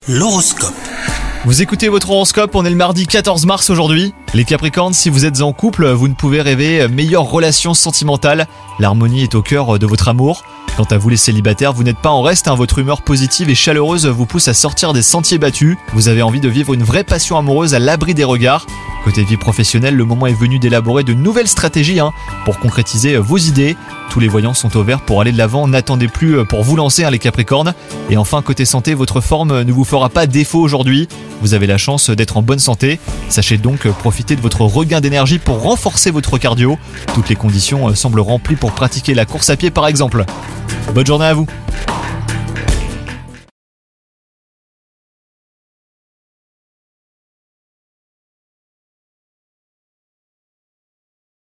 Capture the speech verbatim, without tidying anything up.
L'horoscope. Vous écoutez votre horoscope, on est le mardi quatorze mars aujourd'hui. Les Capricornes, si vous êtes en couple, vous ne pouvez rêver meilleure relation sentimentale. L'harmonie est au cœur de votre amour. Quant à vous les célibataires, vous n'êtes pas en reste, hein, votre humeur positive et chaleureuse vous pousse à sortir des sentiers battus. Vous avez envie de vivre une vraie passion amoureuse à l'abri des regards. Côté vie professionnelle, le moment est venu d'élaborer de nouvelles stratégies hein, pour concrétiser vos idées. Tous les voyants sont au vert pour aller de l'avant, n'attendez plus pour vous lancer hein, les Capricornes. Et enfin, côté santé, votre forme ne vous fera pas défaut aujourd'hui. Vous avez la chance d'être en bonne santé. Sachez donc profiter de votre regain d'énergie pour renforcer votre cardio. Toutes les conditions semblent remplies pour pratiquer la course à pied par exemple. Bonne journée à vous.